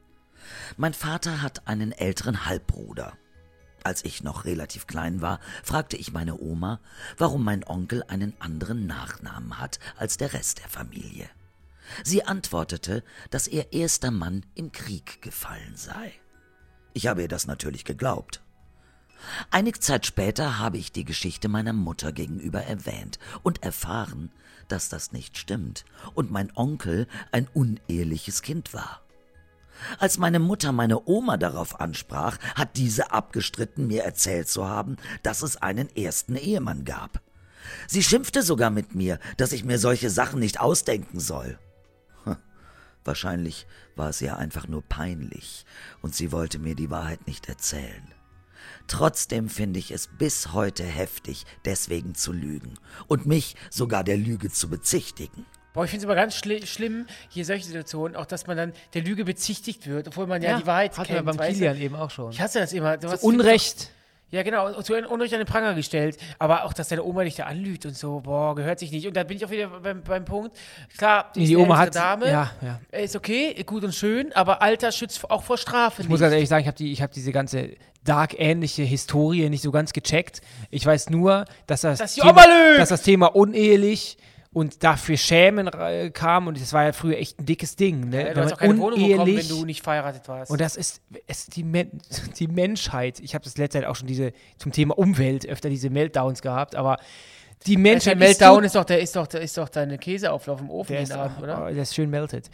Mein Vater hat einen älteren Halbbruder. Als ich noch relativ klein war, fragte ich meine Oma, warum mein Onkel einen anderen Nachnamen hat als der Rest der Familie. Sie antwortete, dass er erster Mann im Krieg gefallen sei. Ich habe ihr das natürlich geglaubt. Einige Zeit später habe ich die Geschichte meiner Mutter gegenüber erwähnt und erfahren, dass das nicht stimmt und mein Onkel ein uneheliches Kind war. Als meine Mutter meine Oma darauf ansprach, hat diese abgestritten, mir erzählt zu haben, dass es einen ersten Ehemann gab. Sie schimpfte sogar mit mir, dass ich mir solche Sachen nicht ausdenken soll. Wahrscheinlich war es ihr einfach nur peinlich und sie wollte mir die Wahrheit nicht erzählen. Trotzdem finde ich es bis heute heftig, deswegen zu lügen und mich sogar der Lüge zu bezichtigen.
Boah, ich finde es aber ganz schlimm, hier solche Situationen, auch dass man dann der Lüge bezichtigt wird, obwohl man ja die Wahrheit kennt.
Hatten wir beim Kilian eben auch schon.
Ich hasse das immer.
So Unrecht.
Ja, genau, und zu Unrecht an den Pranger gestellt. Aber auch, dass deine Oma dich da anlügt und so, boah, gehört sich nicht. Und da bin ich auch wieder beim Punkt. Klar,
Die Oma hat
Dame,
ja.
Ist okay, gut und schön, aber Alter schützt auch vor Strafe.
Ich muss ganz ehrlich sagen, ich habe diese ganze Dark-ähnliche Historie nicht so ganz gecheckt. Ich weiß nur, dass das Thema unehelich und dafür Schämen kam und das war ja früher echt ein dickes Ding. Ne?
Ja, du hast auch keine Wohnung bekommen, wenn du nicht verheiratet warst.
Und das ist die Menschheit. Ich habe das letzte Zeit auch schon zum Thema Umwelt öfter diese Meltdowns gehabt, aber die Menschheit
der Meltdown ist doch deine Käseauflauf im Ofen den Abend, oder?
Der ist schön melted.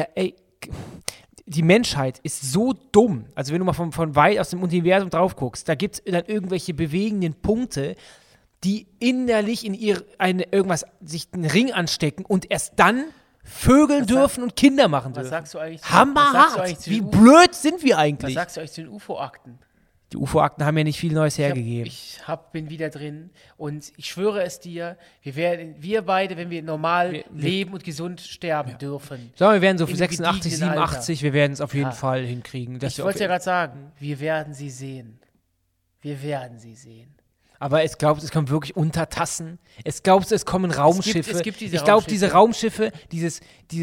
Die Menschheit ist so dumm. Also wenn du mal von weit aus dem Universum drauf guckst, da gibt es dann irgendwelche bewegenden Punkte, die innerlich in sich einen Ring anstecken und erst dann vögeln dürfen und Kinder machen dürfen.
Was sagst du eigentlich?
Hammerhart! Wie blöd sind wir eigentlich?
Was sagst du eigentlich zu den UFO-Akten?
Die UFO-Akten haben ja nicht viel Neues hergegeben.
Bin wieder drin und ich schwöre es dir, wir beide, wenn wir normal leben und gesund sterben dürfen.
So, wir werden so für 86, 87, wir werden es auf jeden Fall hinkriegen.
Ich wollte ja gerade sagen, wir werden sie sehen. Wir werden sie sehen.
Aber es kommen wirklich Untertassen. Es kommen Raumschiffe.
Es gibt diese
ich glaube, diese Raumschiffe, dieses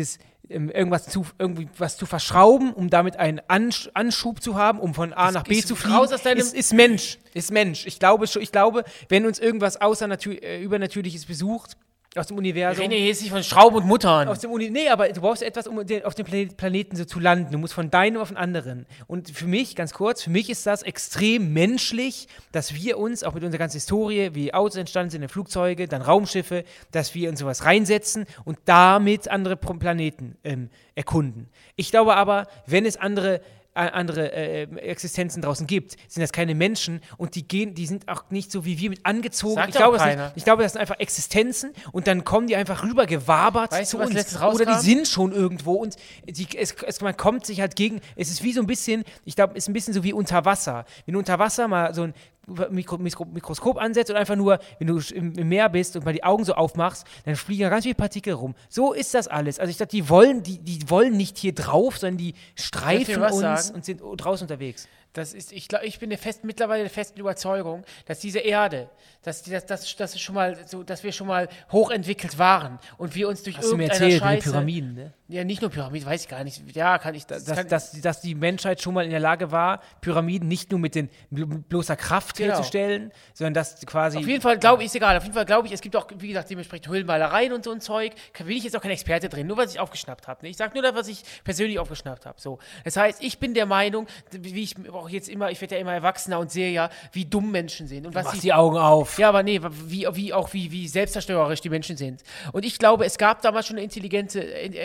was zu verschrauben, um damit einen Anschub zu haben, um von A nach B zu fliegen, ist Mensch. Ich glaube, wenn uns irgendwas Übernatürliches besucht, aus dem Universum.
Ich rede jetzt nicht von Schrauben und Muttern.
Nee, aber du brauchst etwas, um auf dem Planeten so zu landen. Du musst von deinem auf den anderen. Und für mich, ganz kurz, ist das extrem menschlich, dass wir uns, auch mit unserer ganzen Historie, wie Autos entstanden sind, Flugzeuge, dann Raumschiffe, dass wir in sowas reinsetzen und damit andere Planeten erkunden. Ich glaube aber, wenn es andere Existenzen draußen gibt, sind das keine Menschen und die sind auch nicht so wie wir mit angezogen. Ich glaube, das sind einfach Existenzen und dann kommen die einfach rüber gewabert zu uns. Oder die sind schon irgendwo und man kommt sich halt gegen. Es ist wie so ein bisschen, ich glaube, es ist ein bisschen so wie unter Wasser. Wenn du unter Wasser mal so ein Mikroskop ansetzt und einfach nur, wenn du im Meer bist und mal die Augen so aufmachst, dann fliegen ganz viele Partikel rum. So ist das alles. Also ich glaube, die wollen nicht hier drauf, sondern die streifen uns und sind draußen unterwegs.
Ich bin mittlerweile der festen Überzeugung, dass diese Erde, dass wir schon mal hochentwickelt waren und wir uns durch irgendeine Scheiße...
Die Pyramiden, ne?
Ja, nicht nur Pyramiden, weiß ich gar nicht. Ja, kann ich...
Dass die Menschheit schon mal in der Lage war, Pyramiden nicht nur mit bloßer Kraft herzustellen, sondern dass quasi...
Auf jeden Fall glaube ich, es gibt auch, wie gesagt, dementsprechend Höhlenmalereien und so ein Zeug. Will ich jetzt auch kein Experte drin, nur was ich aufgeschnappt habe. Ne? Ich sage nur das, was ich persönlich aufgeschnappt habe. So. Das heißt, ich bin der Meinung, ich werde ja immer erwachsener und sehe ja, wie dumm Menschen sind. Und
mach die Augen auf.
Ja, aber nee, wie selbstzerstörerisch die Menschen sind. Und ich glaube, es gab damals schon eine intelligente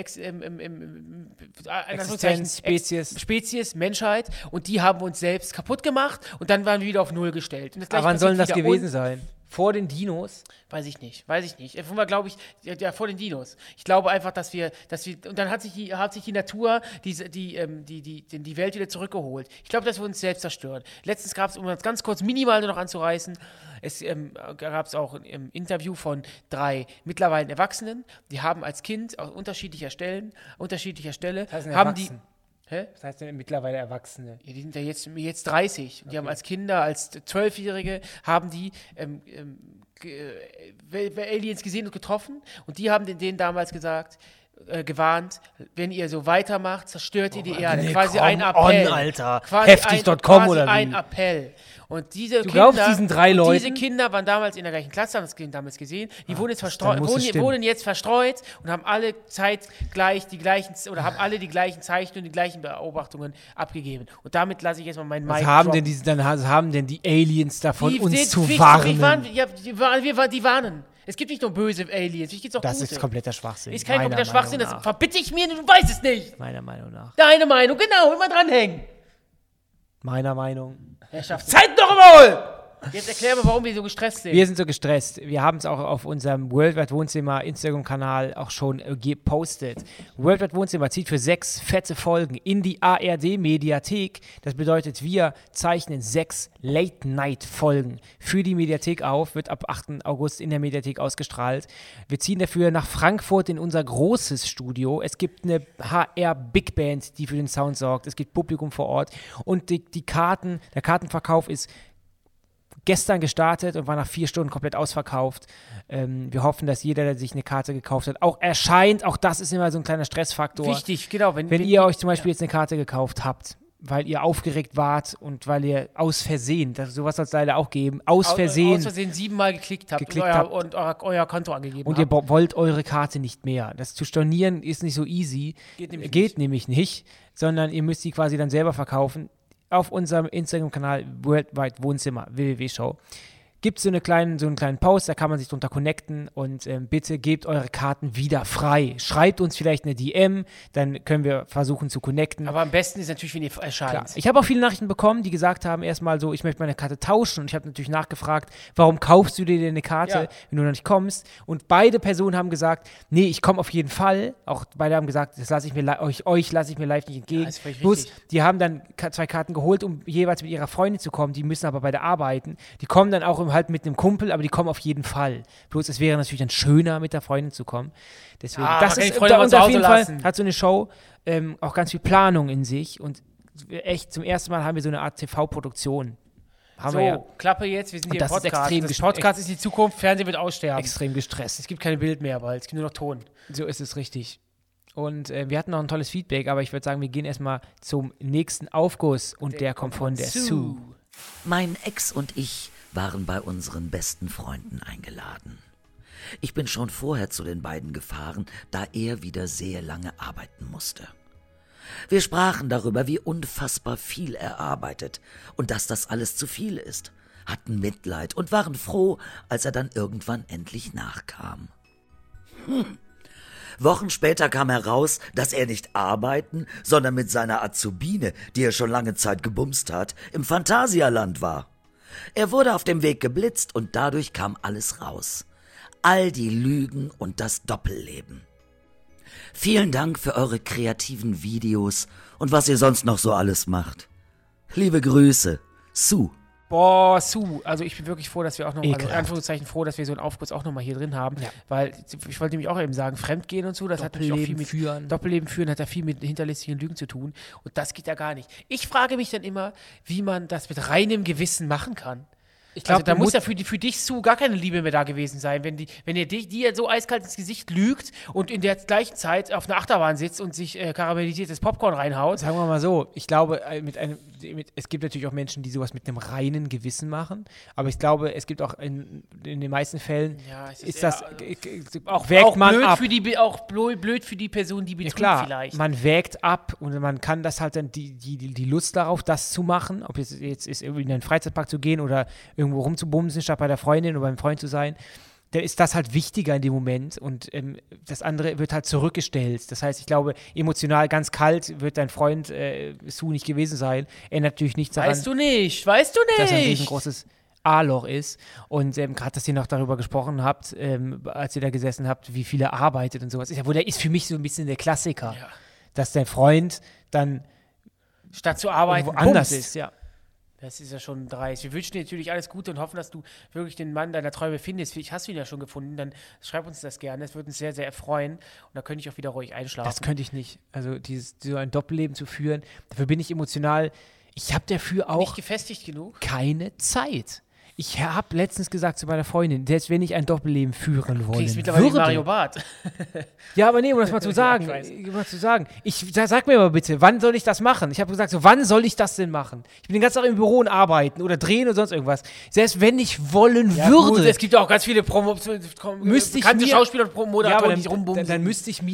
Spezies, Menschheit, und die haben uns selbst kaputt gemacht und dann waren wir wieder auf Null gestellt. Und
aber wann soll das gewesen sein? Vor den Dinos?
Weiß ich nicht. Glaube ich, ja, vor den Dinos. Ich glaube einfach, dass wir, und dann hat sich die Natur die Welt wieder zurückgeholt. Ich glaube, dass wir uns selbst zerstören. Letztens gab es, um das ganz kurz minimal nur noch anzureißen, gab es auch ein Interview von 3 mittlerweile Erwachsenen, die haben als Kind aus unterschiedlicher Stelle, haben die...
Hä? Was heißt denn mittlerweile Erwachsene?
Ja, die sind ja jetzt 30. Und die haben als Kinder, als 12-Jährige, haben die Aliens gesehen und getroffen. Und die haben denen damals gesagt, gewarnt, wenn ihr so weitermacht, zerstört ihr die Erde.
nee,
Quasi
come
ein Appell.
on, Alter.
Quasi
Heftig.com oder wie?
ein Appell. Und diese
Du glaubst diesen 3 Leuten?
Diese Kinder waren damals in der gleichen Klasse, haben das damals gesehen. Die wurden jetzt verstreut und haben alle zeitgleich die gleichen haben alle die gleichen Zeichen und die gleichen Beobachtungen abgegeben. Und damit lasse ich jetzt mal meinen
Was
Mic
haben denn die Aliens davon,
die
uns
sind
zu
wichtig.
warnen?
Die warnen. Es gibt nicht nur böse Aliens, es gibt auch
Das
gute.
ist kompletter Schwachsinn.
Ist kein
meiner
kompletter Schwachsinn,
Meinung
das
nach.
verbitte ich mir, du weißt es nicht.
Meiner Meinung nach.
Deine Meinung, genau, immer dranhängen.
Meiner Meinung.
Herrschaften.
Zeit doch mal!
Jetzt erklär mir, warum wir so gestresst sind.
Wir sind so gestresst. Wir haben es auch auf unserem Worldwide Wohnzimmer Instagram-Kanal auch schon gepostet. Worldwide Wohnzimmer zieht für 6 fette Folgen in die ARD-Mediathek. Das bedeutet, wir zeichnen 6 Late-Night-Folgen für die Mediathek auf. Wird ab 8. August in der Mediathek ausgestrahlt. Wir ziehen dafür nach Frankfurt in unser großes Studio. Es gibt eine HR-Big Band, die für den Sound sorgt. Es gibt Publikum vor Ort. Und der Kartenverkauf ist gestern gestartet und war nach 4 Stunden komplett ausverkauft. Wir hoffen, dass jeder, der sich eine Karte gekauft hat, auch erscheint. Auch das ist immer so ein kleiner Stressfaktor.
Wichtig, genau.
Wenn ihr euch zum Beispiel jetzt eine Karte gekauft habt, weil ihr aufgeregt wart und weil ihr aus Versehen, sowas soll es leider auch geben, aus Versehen
7-mal geklickt habt und euer Konto angegeben
und
habt.
ihr wollt eure Karte nicht mehr. Das zu stornieren ist nicht so easy. Geht nämlich nicht, sondern ihr müsst sie quasi dann selber verkaufen. Auf unserem Instagram-Kanal Worldwide Wohnzimmer, www.show, gibt es so einen kleinen Post, da kann man sich drunter connecten und bitte gebt eure Karten wieder frei. Schreibt uns vielleicht eine DM, dann können wir versuchen zu connecten.
Aber am besten ist natürlich, wenn ihr erscheint.
Klar. Ich habe auch viele Nachrichten bekommen, die gesagt haben, erstmal so, ich möchte meine Karte tauschen. Und ich habe natürlich nachgefragt, warum kaufst du dir denn eine Karte, wenn du noch nicht kommst? Und beide Personen haben gesagt, nee, ich komme auf jeden Fall. Auch beide haben gesagt, das lasse ich mir euch lasse ich mir live nicht entgegen.
Ja, ist völlig
Bloß,
richtig.
die haben dann 2 Karten geholt, um jeweils mit ihrer Freundin zu kommen. Die müssen aber beide arbeiten. Die kommen dann auch halt mit einem Kumpel, aber die kommen auf jeden Fall. Bloß, es wäre natürlich dann schöner, mit der Freundin zu kommen. Deswegen,
Ah,
das
man kann
ist
die Freundin mal
und
zu
auf
Hause
jeden Fall
lassen.
hat so eine Show auch ganz viel Planung in sich und echt zum ersten Mal haben wir so eine Art TV-Produktion.
So, Klappe jetzt, wir sind hier im
das ist
Podcast.
extrem
Das Podcast ist die Zukunft, Fernsehen wird aussterben.
extrem gestresst.
Es gibt kein Bild mehr bald, es gibt nur noch Ton.
So ist es richtig. Und wir hatten noch ein tolles Feedback, aber ich würde sagen, wir gehen erstmal zum nächsten Aufguss und der kommt von der Sue.
Mein Ex und ich waren bei unseren besten Freunden eingeladen. Ich bin schon vorher zu den beiden gefahren, da er wieder sehr lange arbeiten musste. Wir sprachen darüber, wie unfassbar viel er arbeitet und dass das alles zu viel ist, hatten Mitleid und waren froh, als er dann irgendwann endlich nachkam. Wochen später kam heraus, dass er nicht arbeiten, sondern mit seiner Azubine, die er schon lange Zeit gebumst hat, im Phantasialand war. Er wurde auf dem Weg geblitzt und dadurch kam alles raus. All die Lügen und das Doppelleben. Vielen Dank für eure kreativen Videos und was ihr sonst noch so alles macht. Liebe Grüße, Sue.
Boah, Sue, also ich bin wirklich froh, dass wir auch noch, also in
Ekelhaft.
Anführungszeichen froh, dass wir so einen Aufguss auch nochmal hier drin haben,
Ja.
weil ich wollte nämlich auch eben sagen, Fremdgehen und so, das hat natürlich auch viel mit Doppelleben führen, hat ja viel mit hinterlistigen Lügen zu tun und das geht ja gar nicht. Ich frage mich dann immer, wie man das mit reinem Gewissen machen kann. Ich glaube, da muss ja für dich, Sue, gar keine Liebe mehr da gewesen sein, wenn ihr dir so eiskalt ins Gesicht lügt und in der gleichen Zeit auf einer Achterbahn sitzt und sich karamellisiertes Popcorn reinhaut.
Sagen wir mal so, ich glaube, es gibt natürlich auch Menschen, die sowas mit einem reinen Gewissen machen, aber ich glaube, es gibt auch in den meisten Fällen,
Ja, es
ist das,
auch
wägt man
blöd
ab.
blöd für die Person, die
Ja,
betrügt
klar,
vielleicht.
man wägt ab und man kann das halt dann, die Lust darauf, das zu machen, ob es jetzt ist, irgendwie in einen Freizeitpark zu gehen oder irgendwo rumzubumsen, statt bei der Freundin oder beim Freund zu sein, dann ist das halt wichtiger in dem Moment und das andere wird halt zurückgestellt. Das heißt, ich glaube, emotional ganz kalt wird dein Freund Sue nicht gewesen sein. Ändert natürlich nichts daran,
Weißt du nicht.
dass er ein riesengroßes A-Loch ist. Und gerade, dass ihr noch darüber gesprochen habt, als ihr da gesessen habt, wie viel er arbeitet und sowas. Der ist für mich so ein bisschen der Klassiker,
Ja.
dass dein Freund dann
Statt zu arbeiten,
woanders
bummst.
ist, ja.
Das ist ja schon dreist. Wir wünschen dir natürlich alles Gute und hoffen, dass du wirklich den Mann deiner Träume findest. Vielleicht hast du ihn ja schon gefunden, dann schreib uns das gerne. Das würde uns sehr, sehr erfreuen. Und da könnte ich auch wieder ruhig einschlafen.
Das könnte ich nicht. Also so ein Doppelleben zu führen, dafür bin ich emotional. Ich habe dafür
Nicht
auch
gefestigt genug.
keine Zeit. Ich habe letztens gesagt zu meiner Freundin, selbst wenn ich ein Doppelleben führen wollen
Kriegst mittlerweile
würde.
Mario Barth.
Ja, aber nee, um das mal zu sagen. Sag mir mal bitte, wann soll ich das machen? Ich habe gesagt, so, wann soll ich das denn machen? Ich bin den ganzen Tag im Büro und arbeiten oder drehen oder sonst irgendwas. Selbst wenn ich wollen würde.
Gut, es gibt ja auch ganz viele bekannte Schauspieler und Moderatoren, die rumbumsen.
Dann müsste ich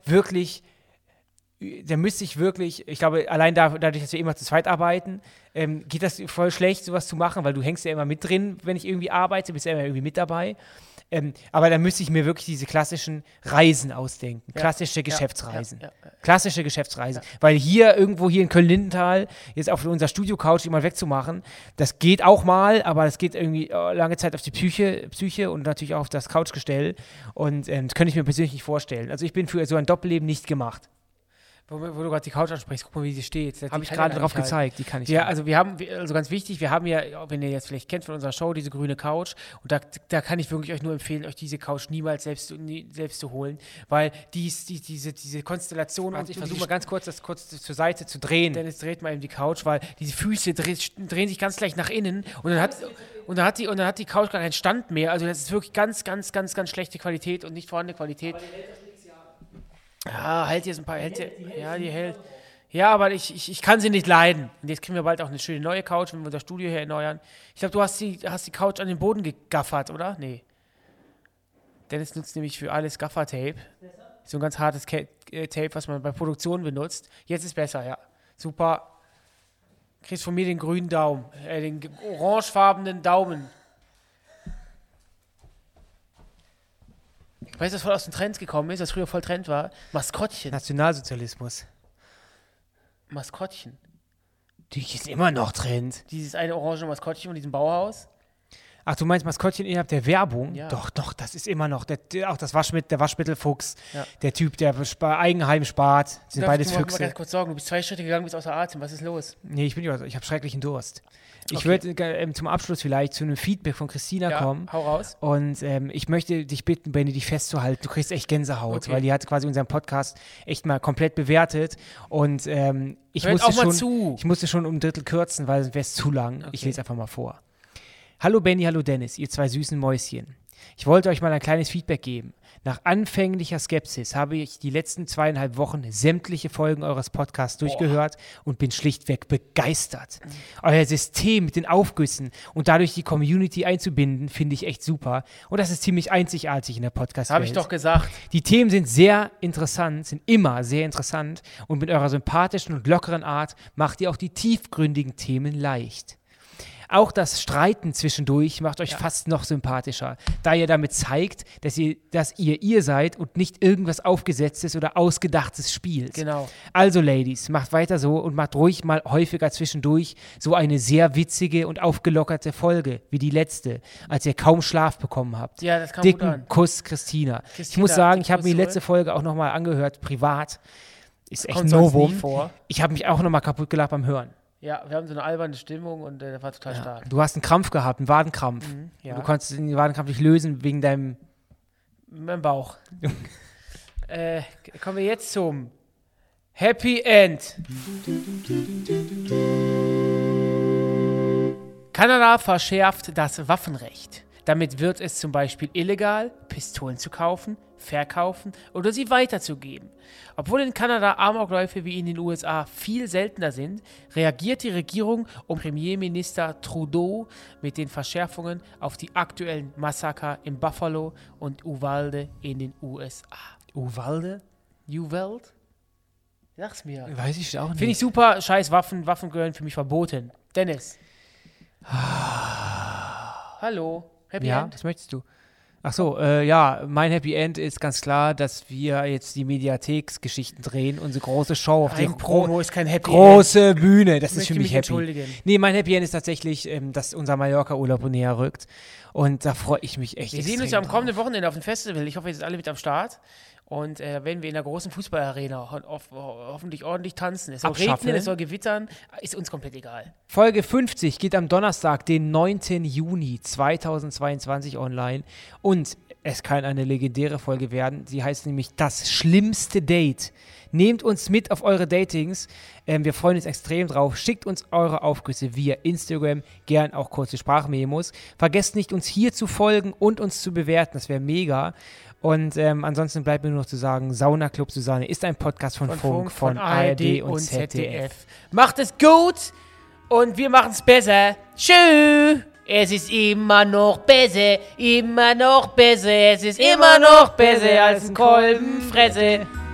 wirklich, ich glaube, allein dadurch, dass wir immer zu zweit arbeiten, geht das voll schlecht, sowas zu machen, weil du hängst ja immer mit drin, wenn ich irgendwie arbeite, bist ja immer irgendwie mit dabei. Aber dann müsste ich mir wirklich diese klassischen Reisen ausdenken. Klassische Geschäftsreisen. Klassische Geschäftsreisen. Weil irgendwo hier in Köln-Lindenthal, jetzt auf unserer Studio-Couch jemand wegzumachen, das geht auch mal, aber das geht irgendwie lange Zeit auf die Psyche und natürlich auch auf das Couchgestell. Und das könnte ich mir persönlich nicht vorstellen. Also ich bin für so ein Doppelleben nicht gemacht.
Wo du gerade die Couch ansprichst, guck mal, wie sie steht.
Habe ich gerade drauf gezeigt, die kann ich.
Ja, also ganz wichtig, wir haben ja, wenn ihr jetzt vielleicht kennt von unserer Show, diese grüne Couch, und da kann ich wirklich euch nur empfehlen, euch diese Couch niemals selbst zu holen, weil diese Konstellation.
Also ich versuche mal ganz kurz das zur Seite zu drehen.
Dennis dreht mal eben die Couch, weil diese Füße drehen sich ganz leicht nach innen und dann hat die Couch gar keinen Stand mehr. Also das ist wirklich ganz, ganz, ganz, ganz schlechte Qualität und nicht vorhandene Qualität. Ja, hält jetzt ein paar, ja, die hält. Ja, aber ich kann sie nicht leiden. Und jetzt kriegen wir bald auch eine schöne neue Couch, wenn wir unser Studio hier erneuern. Ich glaube, du hast die Couch an den Boden gegaffert, oder? Nee. Dennis nutzt nämlich für alles Gaffer-Tape. So ein ganz hartes Tape, was man bei Produktionen benutzt. Jetzt ist besser, ja. Super. Kriegst von mir den grünen Daumen. Den orangefarbenen Daumen. Weißt du, was voll aus den Trends gekommen ist, was früher voll Trend war? Maskottchen.
Nationalsozialismus.
Maskottchen.
Die ist immer noch Trend.
Dieses eine orange Maskottchen von diesem Bauhaus.
Ach, du meinst Maskottchen innerhalb der Werbung?
Ja.
Doch, der Waschmittelfuchs, der Typ, der bei Eigenheim spart. Das sind beides Füchse.
Ich muss kurz sagen, du bist 2 Schritte gegangen, bist außer Atem. Was ist los?
Nee, ich habe schrecklichen Durst. Ich würde zum Abschluss vielleicht zu einem Feedback von Christina kommen.
Hau raus.
Und ich möchte dich bitten, Benny, dich festzuhalten. Du kriegst echt Gänsehaut, weil die hat quasi unseren Podcast echt mal komplett bewertet. Und ich musste schon um ein Drittel kürzen, weil sonst wäre es zu lang. Okay. Ich lese einfach mal vor. Hallo Benny, hallo Dennis, ihr 2 süßen Mäuschen. Ich wollte euch mal ein kleines Feedback geben. Nach anfänglicher Skepsis habe ich die letzten 2,5 Wochen sämtliche Folgen eures Podcasts durchgehört und bin schlichtweg begeistert. Euer System mit den Aufgüssen und dadurch die Community einzubinden, finde ich echt super. Und das ist ziemlich einzigartig in der Podcast-Welt.
Habe ich doch gesagt.
Die Themen sind sehr interessant, sind immer sehr interessant und mit eurer sympathischen und lockeren Art macht ihr auch die tiefgründigen Themen leicht. Auch das Streiten zwischendurch macht euch fast noch sympathischer, da ihr damit zeigt, dass ihr seid und nicht irgendwas Aufgesetztes oder Ausgedachtes spielt.
Genau.
Also Ladies, macht weiter so und macht ruhig mal häufiger zwischendurch so eine sehr witzige und aufgelockerte Folge wie die letzte, als ihr kaum Schlaf bekommen habt.
Ja, das kam
Dicken
gut an.
Kuss, Christina. Ich muss sagen, ich habe mir die letzte Folge auch nochmal angehört, privat. Ist echt ein Novum. Ich habe mich auch nochmal kaputt gelacht beim Hören.
Ja, wir haben so eine alberne Stimmung und der war total stark.
Du hast einen Krampf gehabt, einen Wadenkrampf.
Ja.
Du konntest den Wadenkrampf nicht lösen wegen deinem
Bauch. Kommen wir jetzt zum Happy End. Kanada verschärft das Waffenrecht. Damit wird es zum Beispiel illegal, Pistolen zu kaufen, verkaufen oder sie weiterzugeben. Obwohl in Kanada Amokläufe wie in den USA viel seltener sind, reagiert die Regierung um Premierminister Trudeau mit den Verschärfungen auf die aktuellen Massaker in Buffalo und Uvalde in den USA.
Uvalde?
Uvalde? Sag's mir.
Weiß ich auch nicht.
Finde ich super, scheiß Waffen gehören für mich verboten. Dennis. Hallo. Happy End?
Was möchtest du? Ach so, mein Happy End ist ganz klar, dass wir jetzt die Mediatheks-Geschichten drehen, unsere große Show auf die
Promo ist kein Happy
große End. Bühne. Das ist für mich happy.
Entschuldigen.
Nee, mein Happy End ist tatsächlich, dass unser Mallorca-Urlaub näher rückt. Und da freue ich mich echt.
Wir sehen uns ja am kommenden Wochenende auf dem Festival. Ich hoffe, ihr seid alle mit am Start. Und werden wir in der großen Fußballarena hoffentlich ordentlich tanzen. Es soll regnen, es soll gewittern, ist uns komplett egal.
Folge 50 geht am Donnerstag, den 9. Juni 2022 online. Und es kann eine legendäre Folge werden. Sie heißt nämlich Das schlimmste Date. Nehmt uns mit auf eure Datings. Wir freuen uns extrem drauf. Schickt uns eure Aufgüsse via Instagram. Gern auch kurze Sprachmemos. Vergesst nicht, uns hier zu folgen und uns zu bewerten. Das wäre mega. Und ansonsten bleibt mir nur noch zu sagen, Sauna Club Susanne ist ein Podcast von Funk, von ARD und ZDF.
Macht es gut und wir machen es besser. Tschüss. Es ist immer noch besser, es ist immer noch besser als ein Kolbenfresse.